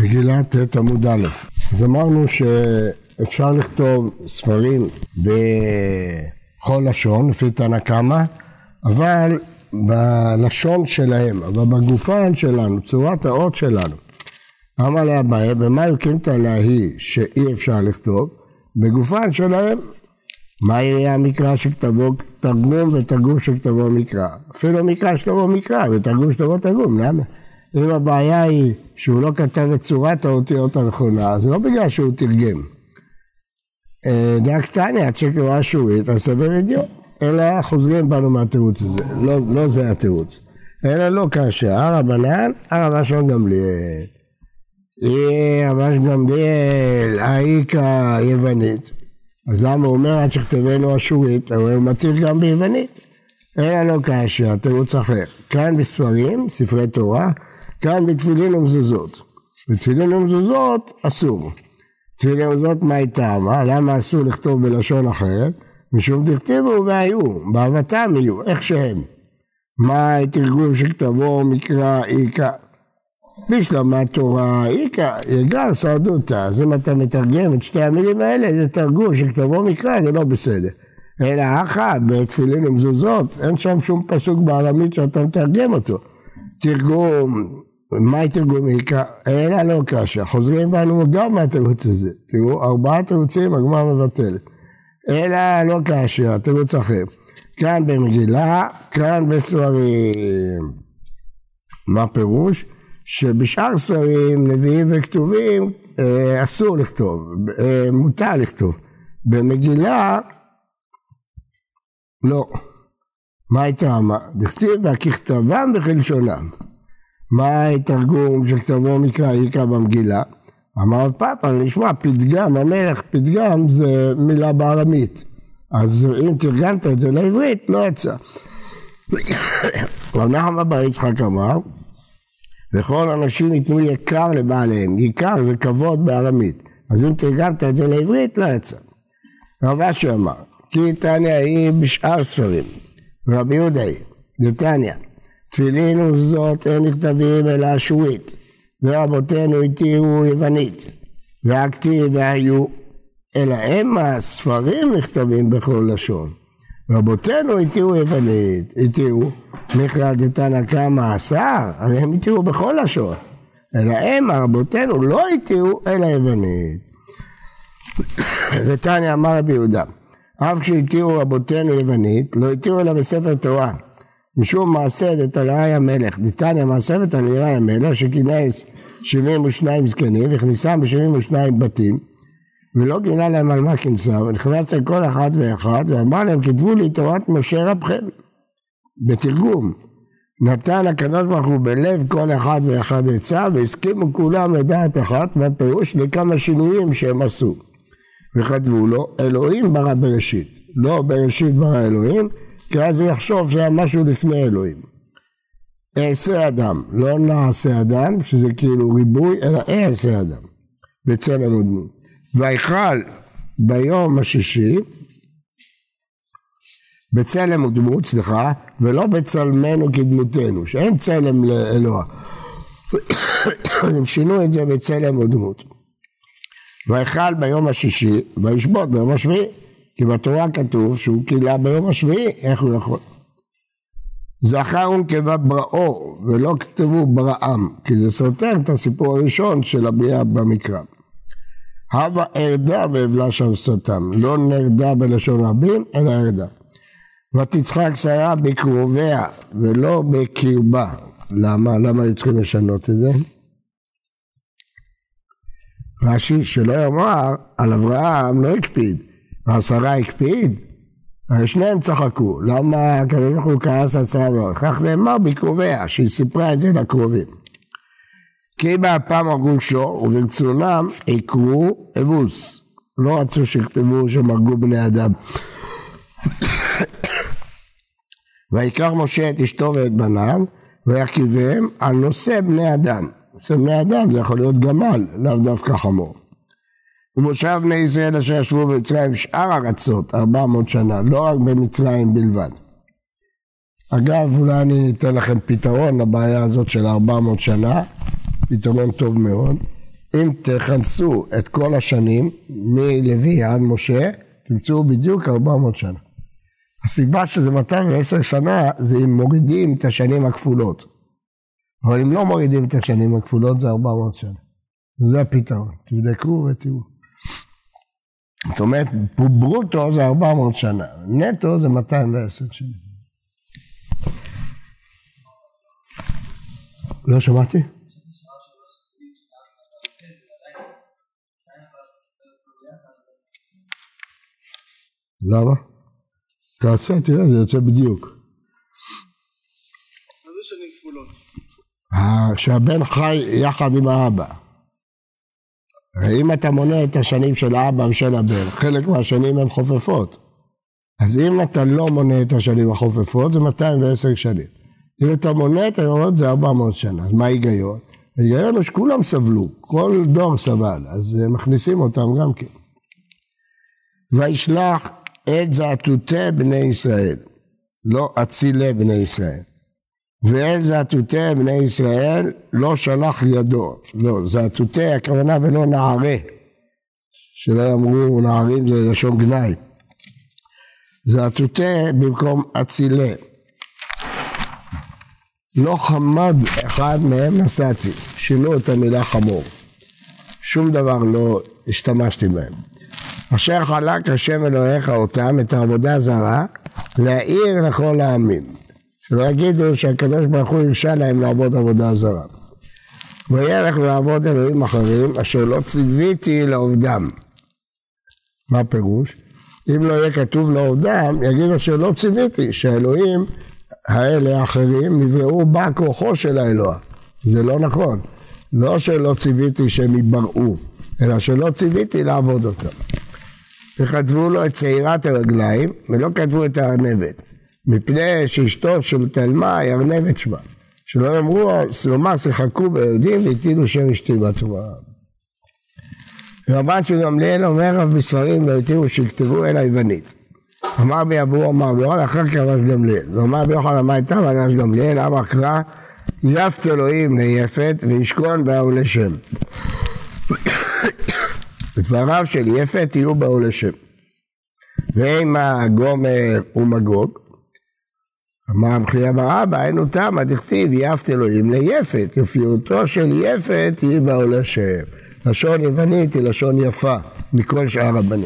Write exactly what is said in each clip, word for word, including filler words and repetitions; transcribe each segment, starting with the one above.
מגילת ט' עמוד א'. אז אמרנו שאפשר לכתוב ספרים בכל לשון, לפי תנא קמא, אבל בלשון שלהם, אבל בגופן שלנו, צורת האות שלנו. אמר לאביי, במה יוקימת להיא שאי אפשר לכתוב? בגופן שלהם. מה יהיה המקרא שכתבו תרגום ותרגום שכתבו מקרא? אפילו מקרא שכתבו מקרא ותרגום שכתבו תרגום, למה? אם הבעיה היא שהוא לא כתב את צורת האותיות הנכונה, זה לא בגלל שהוא תרגם. דאק תניא, עד שקרא שורית, הסבר ידיעות. אלא חוזרים בנו מהתירוץ הזה, לא, לא זה התירוץ. אלא לא כאשר, הרבנן, הרבן שלום גמליאל. היא הרבן שלום גמליאל, האיקה יוונית. אז למה הוא אומר עד שכתבנו השורית, הוא מתיר גם ביוונית. אלא לא כאשר, תירוץ אחר. כאן בספרים, ספרי תורה, כאן בתפילין ומזוזות. בתפילין ומזוזות אסור. תפילין ומזוזות מה איתה? מה? למה אסור לכתוב בלשון אחרת? משום דכתיבו והיו, באהבתם יהיו, איך שהם. מה התרגום שכתבו מקרא איקה? בשלמת תורה איקה, יגר סעדותה. אז אם אתה מתרגם את שתי המילים האלה, זה תרגום שכתבו מקרא, זה לא בסדר. אלא אחת, בתפילין ומזוזות, אין שם שום פסוק בארמית שאתה מתרגם אותו. תרגום, מה תרגום איקה? אלא לא קשה. חוזרים בנו גם מהתירוץ הזה. תראו, ארבעה תירוצים, הגמרא מבטלת. אלא לא קשה, תירוץ אחר. כאן במגילה, כאן בספרים. מה פירוש? שבשאר ספרים, נביאים וכתובים, אה, אסור לכתוב, אה, מותר לכתוב. במגילה, לא. מה הייתה? דכתיב וככתבם וכלשונם. מה התרגום שכתבו מקרא איקה במגילה? אמר פאפה, נשמע, פתגם, המלך פתגם זה מילה בארמית. אז אם תרגמת את זה לעברית, לא יצא. רב נחמן בר יצחק אמר, וכל אנשים ייתנו יקר לבעליהם. יקר זה כבוד בארמית. אז אם תרגמת את זה לעברית, לא יצא. רב אשי אמר, כי תניא היא בשאר ספרים. רבי יהודה היא, דתניא. תפילין ומזוזות אין נכתבים אלא השורית. ורבותינו התירו יוונית. והכתיב והיו. אלא הם הספרים נכתבים בכל לשון. רבותינו התירו יוונית. התירו. מכלל דתנא קמא עשר. הרי הם התירו בכל לשון. אלא הם רבותינו לא התירו אלא יוונית. ותניא אמר רבי יהודה. אף כשהתירו רבותינו יוונית, לא התירו אלא בספר תורה. משום מעשה דתנאי המלך, דתניא מעשה דתנאי המלך, שכינס שבעים ושניים זקנים, וכניסם בשבעים ושניים בתים, ולא גינה להם על מה כנסם, ונכנס על כל אחד ואחד, ואמר להם, כתבו לי תורת משה רבכם, בתרגום. נתן הקדוש ברוך הוא בלב כל אחד ואחד עצה, והסכימו כולם לדעת אחת, והפירוש לכמה שינויים שהם עשו. וכתבו לו, אלוהים ברא בראשית, לא בראשית ברא אלוהים, כי אז הוא יחשוב שהיה משהו לפני אלוהים. אעשה אדם, לא נעשה אדם, שזה כאילו ריבוי, אלא אעשה אדם, בצלם ודמות. ויכל ביום השישי, בצלם ודמות, סליחה, ולא בצלמנו כדמותנו, שאין צלם לאלוה. הם שינו את זה בצלם ודמות. ויכל ביום השישי, וישבות ביום השביעי, כי בתורה כתוב שהוא קילה ביום השביעי, איך הוא יכול? זכר ונקבה בראו, ולא כתבו בראם, כי זה סותר את הסיפור הראשון של הבריאה במקרא. הווה ארדה והבלה שם סתם, לא נרדה בלשון רבים, אלא ארדה. ותצחק שרה בקרוביה, ולא בקרבה. למה? למה היו צריכים לשנות את זה? רש"י שלא יאמר, על אברהם לא הקפיד, והשרה הקפיד, שניהם צחקו. למה הקדוש ברוך הוא כעס על שרה ולא? כך נאמר בקרוביה, שהיא סיפרה את זה לקרובים. כי בהפעם הרגו שור, וברצונם עקרו אבוס. לא רצו שכתבו שהם הרגו בני אדם. ויקח משה את אשתו ואת בניו, וירכיבם על נושא בני אדם. נושא בני אדם זה יכול להיות גמל, לאו דווקא חמור. ומושב בני ישראל אשר ישבו במצרים שאר ארצות, ארבע מאות שנה, לא רק במצרים בלבד. אגב, אולי אני אתן לכם פתרון לבעיה הזאת של ארבע מאות שנה, פתרון טוב מאוד. אם תכנסו את כל השנים, מלוי עד משה, תמצאו בדיוק ארבע מאות שנה. הסיבה שזה מאתיים ועשר שנה, זה אם מורידים את השנים הכפולות. אבל אם לא מורידים את השנים הכפולות, זה ארבע מאות שנה. זה הפתרון, תבדקו ותראו. זאת אומרת, ברוטו זה ארבע מאות שנה, נטו זה מאתיים ועשר שנה. לא שמעתי? למה? תעשה, תראה, זה יוצא בדיוק. מה זה שנים כפולות? שהבן חי יחד עם האבא. אם אתה מונה את השנים של האבא ושל הבן, חלק מהשנים הן חופפות. אז אם אתה לא מונה את השנים החופפות, זה מאתיים ועשר שנים. אם אתה מונה את השנים, זה ארבע מאות שנה. אז מה ההיגיון? ההיגיון הוא שכולם סבלו, כל דור סבל, אז מכניסים אותם גם כן. וישלח את זעתותי בני ישראל, לא אצילי בני ישראל. ואל זעתותי בני ישראל לא שלח ידו, לא, זעתותי הכוונה ולא נערה, שלא אמרו נערים זה לשון גנאי. זעתותי במקום אצילי. לא חמד אחד מהם נסעתי, שינו את המילה חמור. שום דבר לא השתמשתי בהם. אשר חלק השם אלוהיך אותם, את העבודה הזרה, להעיר לכל העמים. שלא יגידו שהקדוש ברוך הוא הרשה להם לעבוד עבודה זרה. וילך לעבוד אלוהים אחרים, אשר לא ציוויתי לעובדם. מה הפירוש? אם לא יהיה כתוב לעובדם, יגידו שלא ציוויתי, שהאלוהים האלה האחרים נבראו בה כוחו של האלוה. זה לא נכון. לא שלא ציוויתי שהם יבראו, אלא שלא ציוויתי לעבוד אותם. וכתבו לו את צעירת הרגליים, ולא כתבו את הארנבת. מפני שאשתו של תלמה היא ארנבת שמה. שלא אמרו, לומר שיחקו ביהודים והטילו שם אשתי בתורה. רבן של גמליאל אומר רב בספרים לא התירו שכתבו אלא יוונית. אמר בי אבו אמר בי אול אחר כך רבש גמליאל. ואמר בי אוכל מה הייתה רבש גמליאל אמר קרא יפת אלוהים ליפת וישכון באו לשם. דבריו של יפת יהיו באו לשם. ואימה גומר ומגוג. אמר בחייה ברבא, היינו תמה, דכתיב יפת אלוהים ליפת, יפיותו של יפת היא באו לשם. לשון יוונית היא לשון יפה מכל שאר הבנים.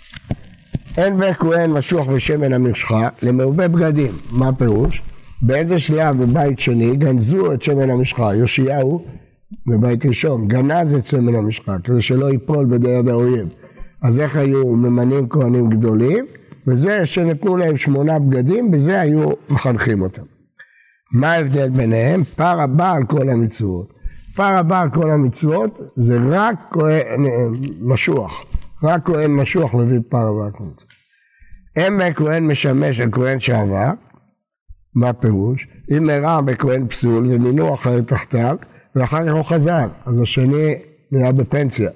אין בן כהן משוח בשמן המשחה למרובה בגדים. מה הפירוש? באיזה שלב בבית שני גנזו את שמן המשחה. יאשיהו בבית ראשון גנז את שמן המשחה כדי שלא ייפול בידי יד האויב. אז איך היו ממנים כהנים גדולים? וזה שנתנו להם שמונה בגדים, בזה היו מחנכים אותם. מה ההבדל ביניהם? פר הבא על כל המצוות. פר הבא על כל המצוות זה רק כהן משוח. רק כהן משוח מביא פר הבא על כל המצוות. אם כהן משמש על כהן שעבר, מה פירוש? אם הרע בכהן פסול ומינו אחר תחתיו, ואחר כך הוא חזר, אז השני נהיה בפנסיה.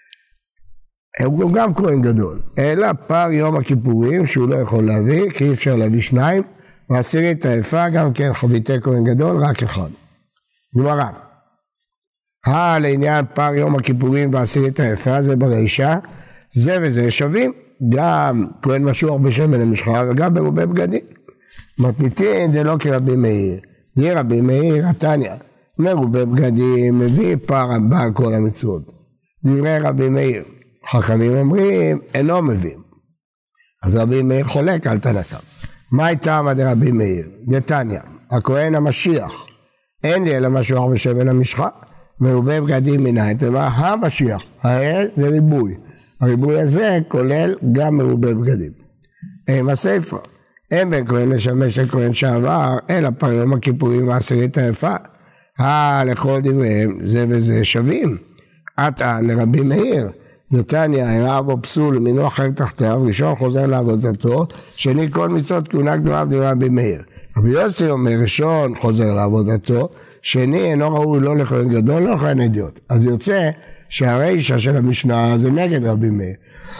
הוא גם כהן גדול, אלא פר יום הכיפורים שהוא לא יכול להביא, כי אי אפשר להביא שניים, ועשירית היפה גם כן חביתי כהן גדול, רק אחד. גמרא. ה לעניין פר יום הכיפורים ועשירית היפה, זה ברישה, זה וזה שווים, גם כהן משוח בשמן המשחה, וגם ברובה בגדים. מתניתין זה לא כרבי מאיר, זה רבי מאיר, התניא, מרובה בגדים, מביא פר הבא על כל המצוות. דברי רבי מאיר. חכמים אומרים, אינו מבין. אז רבי מאיר חולק על תנתם. מה הייתה עמד רבי מאיר? דתניא, הכהן המשיח. אין לי אלא משוח בשמן המשחה. מרובה בגדים מנין, תאמר, המשיח. הרי זה ריבוי. הריבוי הזה כולל גם מרובה בגדים. הם הספר. אין בין כהן לשמש לכהן שעבר, אלא פר יום הכיפורים ועשירית היפה. אה, לכל דבריהם, זה וזה שווים. עתה לרבי מאיר. נתניה הראה בו פסול מינו אחר תחתיו, ראשון חוזר לעבודתו, שני כל מצוות כהונה גדולה דירה במאיר. רבי יוסי אומר ראשון חוזר לעבודתו, שני אינו ראוי לא לכהן גדול, לא לכהן אידיוט. אז יוצא שהרישה של המשנה זה נגד רבי מאיר.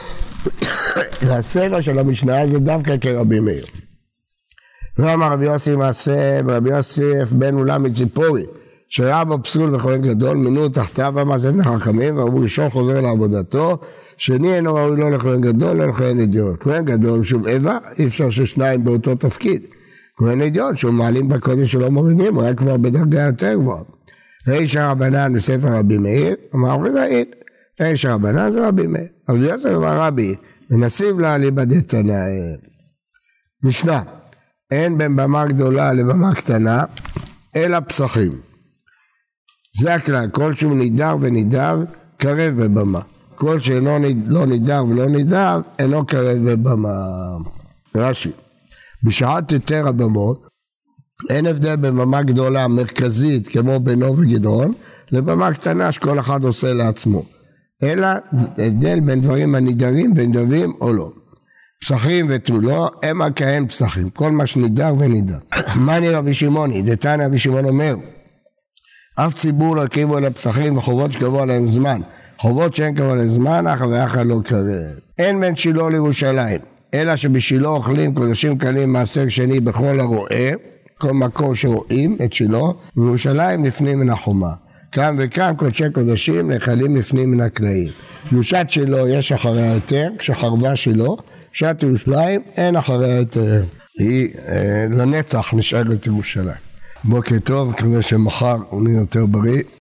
והספר של המשנה זה דווקא כרבי מאיר. ואמר רבי יוסי מעשה, רבי יוסף בן אולם מציפורי, שראה בו פסול וכהן גדול, מינו תחתיו והמעשים לחכמים, ואמרו ראשון חוזר לעבודתו, שני אינו ראוי לא לכהן גדול, לא לכהן אידיוט. כהן גדול שוב איבה, אי אפשר ששניים באותו תפקיד. כהן אידיוט שהוא מעלים בקודש שלא מורידים, הוא היה כבר בדרגה יותר גבוהה. ריש הרבנן בספר רבי מאיר, אמר רבי ריש הרבנן זה רבי מאיר. אבל יוסף אמר רבי, מנסיב לה ליבדי תנאי. משנה, אין בין במה גדולה לבמה קטנה, אלא פסחים. זה הכלל, כל שהוא נידר ונידר, קרב בבמה. כל שאינו לא נידר ולא נידר, אינו קרב בבמה. רש"י, בשעת יותר הבמות, אין הבדל בבמה גדולה מרכזית כמו בינו וגדרון, לבמה קטנה שכל אחד עושה לעצמו. אלא הבדל בין דברים הנידרים, בין דברים או לא. פסחים ותו לא, הם הכהן פסחים, כל מה שנידר ונידר. מני רבי שמעוני, דתניא רבי שמעון אומר, אף ציבור לא הקריבו אל הפסחים וחובות שקבעו עליהם זמן. חובות שאין קבעו עליהם זמן, אך ואחד לא קרב. אין בין שילה לירושלים, אלא שבשילה אוכלים קודשים קלים מעשר שני בכל הרואה, כל מקום שרואים את שילה, וירושלים לפנים מן החומה. כאן וכאן קודשי קודשים נחלים לפנים מן הקלעים. קדושת שילה יש אחרי היתר, כשחרבה שילה, קדושת ירושלים אין אחרי היתר. היא אה, לנצח נשארת ירושלים. בוקר טוב, מקווה שמחר הוא נהיה יותר בריא.